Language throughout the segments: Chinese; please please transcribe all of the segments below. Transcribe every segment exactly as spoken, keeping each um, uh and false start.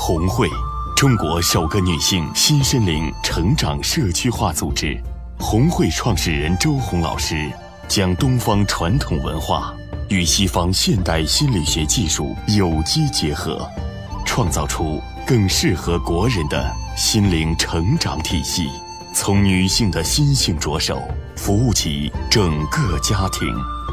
红会，中国首个女性新身灵成长社区化组织。红会创始人周红老师将东方传统文化与西方现代心理学技术有机结合，创造出更适合国人的心灵成长体系，从女性的心性着手，服务起整个家庭。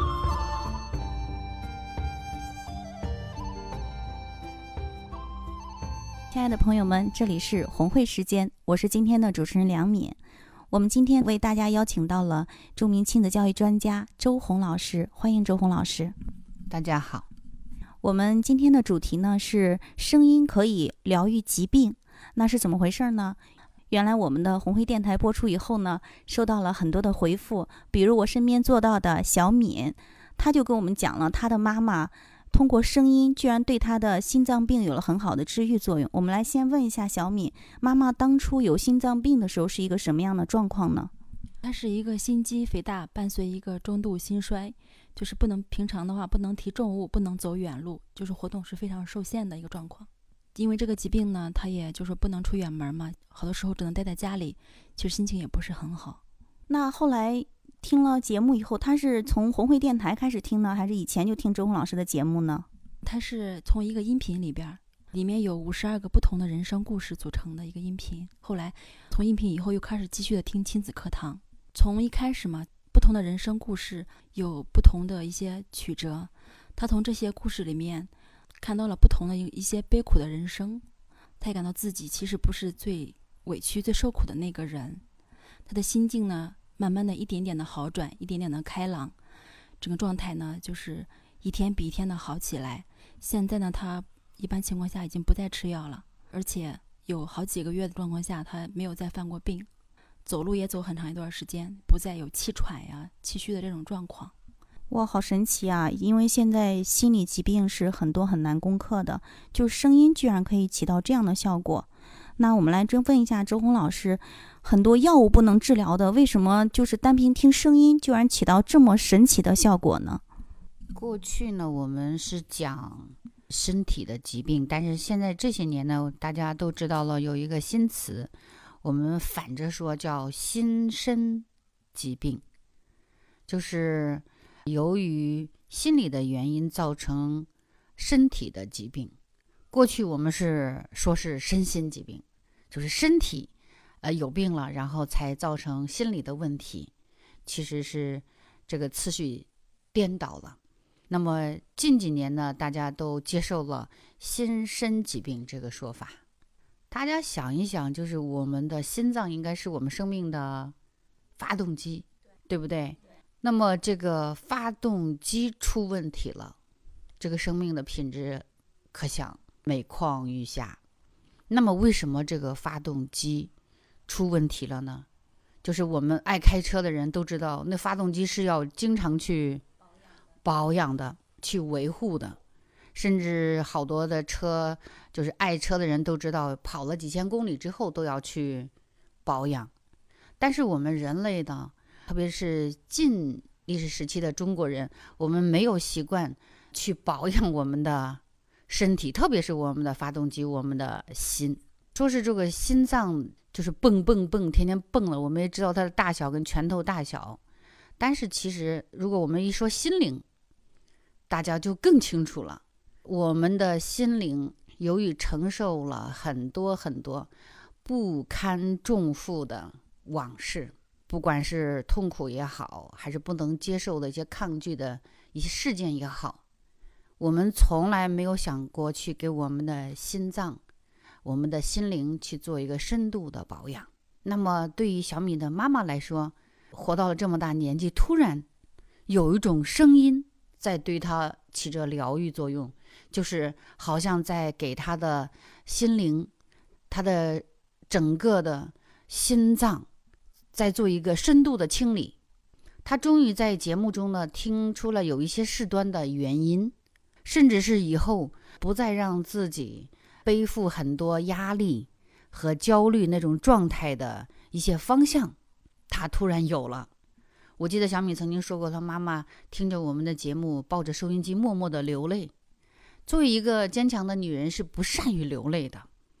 亲爱的朋友们，这里是红会时间，我是今天的主持人梁敏。我们今天为大家邀请到了著名亲子教育专家周红老师，欢迎周红老师。 大家好。 我们今天的主题呢是声音可以疗愈疾病，那是怎么回事呢？原来我们的红会电台播出以后呢，收到了很多的回复，比如我身边做到的小敏，她就跟我们讲了她的妈妈通过声音居然对她的心脏病有了很好的治愈作用。我们来先问一下小敏，妈妈当初有心脏病的时候是一个什么样的状况呢？ 她是一个心肌肥大，伴随一个中度心衰，就是不能平常的话不能提重物，不能走远路，就是活动是非常受限的一个状况。因为这个疾病呢，她也就是不能出远门嘛，好多时候只能待在家里，其实心情也不是很好。 那后来听了节目以后，他是从红会电台开始听呢，还是以前就听周红老师的节目呢？ 他是从一个音频里边，里面有五十二个不同的人生故事组成的一个音频。后来从音频以后又开始继续的听亲子课堂。从一开始嘛，不同的人生故事有不同的一些曲折，他从这些故事里面看到了不同的一些悲苦的人生，他也感到自己其实不是最委屈最受苦的那个人。他的心境呢慢慢的一点点的好转，一点点的开朗，整个状态呢就是一天比一天的好起来。现在呢他一般情况下已经不再吃药了，而且有好几个月的状况下他没有再犯过病，走路也走很长一段时间，不再有气喘呀气虚的这种状况。 哇，好神奇啊！因为现在心理疾病是很多很难攻克的，就声音居然可以起到这样的效果。那我们来真问一下周红老师，很多药物不能治疗的，为什么就是单凭听声音居然起到这么神奇的效果呢？ 过去呢我们是讲身体的疾病，但是现在这些年呢大家都知道了有一个新词，我们反着说叫心身疾病，就是由于心理的原因造成身体的疾病。过去我们是说是身心疾病，就是身体呃有病了，然后才造成心理的问题，其实是这个次序颠倒了。那么近几年呢，大家都接受了心身疾病这个说法。大家想一想，就是我们的心脏应该是我们生命的发动机， 对, 对不对？那么这个发动机出问题了，这个生命的品质可想每况愈下。那么为什么这个发动机出问题了呢？就是我们爱开车的人都知道，那发动机是要经常去保养的，去维护的。甚至好多的车，就是爱车的人都知道，跑了几千公里之后都要去保养。但是我们人类呢，特别是近历史时期的中国人，我们没有习惯去保养我们的身体，特别是我们的发动机，我们的心。说是这个心脏就是蹦蹦蹦，天天蹦了，我们也知道它的大小跟拳头大小。但是其实如果我们一说心灵，大家就更清楚了。我们的心灵由于承受了很多很多不堪重负的往事，不管是痛苦也好，还是不能接受的一些抗拒的一些事件也好，我们从来没有想过去给我们的心脏，我们的心灵去做一个深度的保养。那么对于小米的妈妈来说，活到了这么大年纪，突然有一种声音在对她起着疗愈作用，就是好像在给她的心灵，她的整个的心脏在做一个深度的清理。她终于在节目中呢听出了有一些事端的原因，甚至是以后不再让自己背负很多压力和焦虑那种状态的一些方向，她突然有了。我记得小米曾经说过，她妈妈听着我们的节目，抱着收音机默默的流泪。作为一个坚强的女人是不善于流泪的，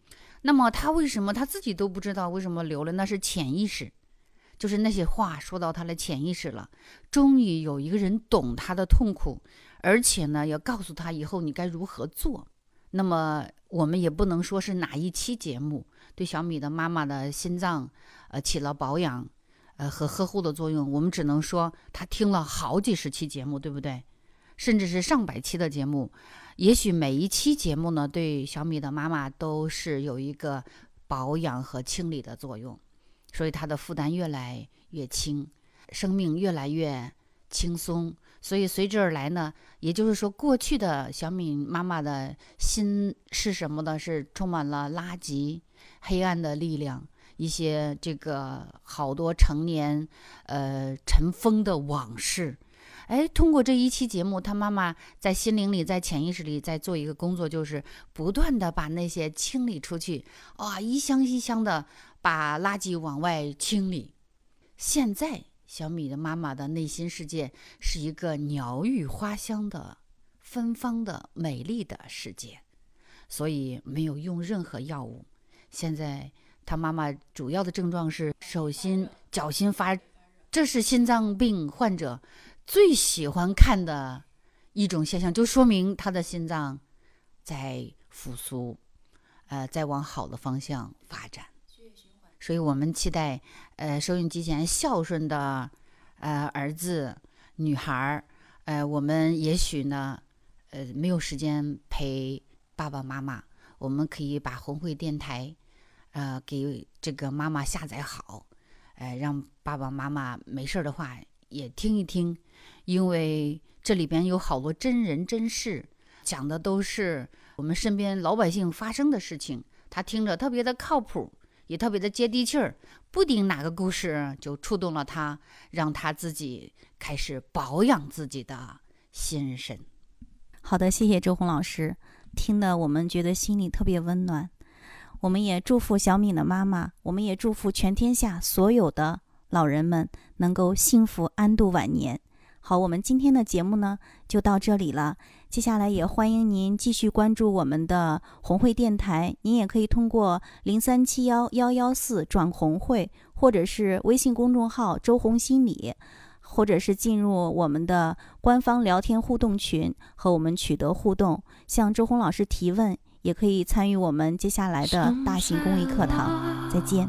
那么他为什么他自己都不知道为什么流了？那是潜意识，就是那些话说到他的潜意识了。终于有一个人懂他的痛苦，而且呢，要告诉他以后你该如何做。那么我们也不能说是哪一期节目对小米的妈妈的心脏呃起了保养呃和呵护的作用，我们只能说他听了好几十期节目，对不对？甚至是上百期的节目，也许每一期节目呢，对小米的妈妈都是有一个保养和清理的作用，所以她的负担越来越轻，生命越来越轻松。所以随之而来呢，也就是说，过去的小米妈妈的心是什么呢？是充满了垃圾、黑暗的力量，一些这个好多成年呃尘封的往事。哎，通过这一期节目，他妈妈在心灵里，在潜意识里在做一个工作，就是不断的把那些清理出去，啊、哦，一箱一箱的把垃圾往外清理。现在小米的妈妈的内心世界是一个鸟语花香的芬芳的美丽的世界，所以没有用任何药物。现在他妈妈主要的症状是手心脚心发，这是心脏病患者最喜欢看的一种现象，就说明他的心脏在复苏，呃，在往好的方向发展。所以我们期待呃收音机前孝顺的呃儿子女孩，呃我们也许呢呃没有时间陪爸爸妈妈，我们可以把红会电台呃给这个妈妈下载好，呃让爸爸妈妈没事的话也听一听，因为这里边有好多真人真事，讲的都是我们身边老百姓发生的事情，他听着特别的靠谱，也特别的接地气儿，不定哪个故事就触动了他，让他自己开始保养自己的心神。 好的，谢谢周红老师，听得我们觉得心里特别温暖。我们也祝福小敏的妈妈，我们也祝福全天下所有的老人们能够幸福安度晚年。好，我们今天的节目呢就到这里了，接下来也欢迎您继续关注我们的红会电台，您也可以通过零三七幺幺幺四转红会，或者是微信公众号周红心理，或者是进入我们的官方聊天互动群和我们取得互动，向周红老师提问，也可以参与我们接下来的大型公益课堂。再见。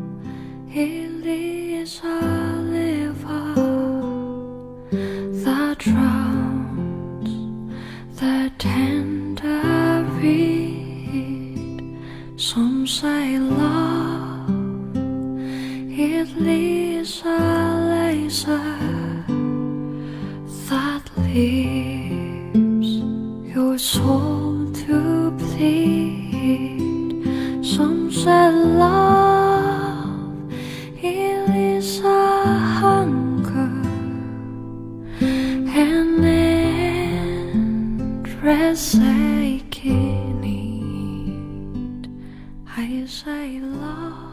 That drowns the tender reed. Some say love, it leaves a laser that leaves your soul to bleed. Some say love, it leaves a hunger and endless aching need. I say love.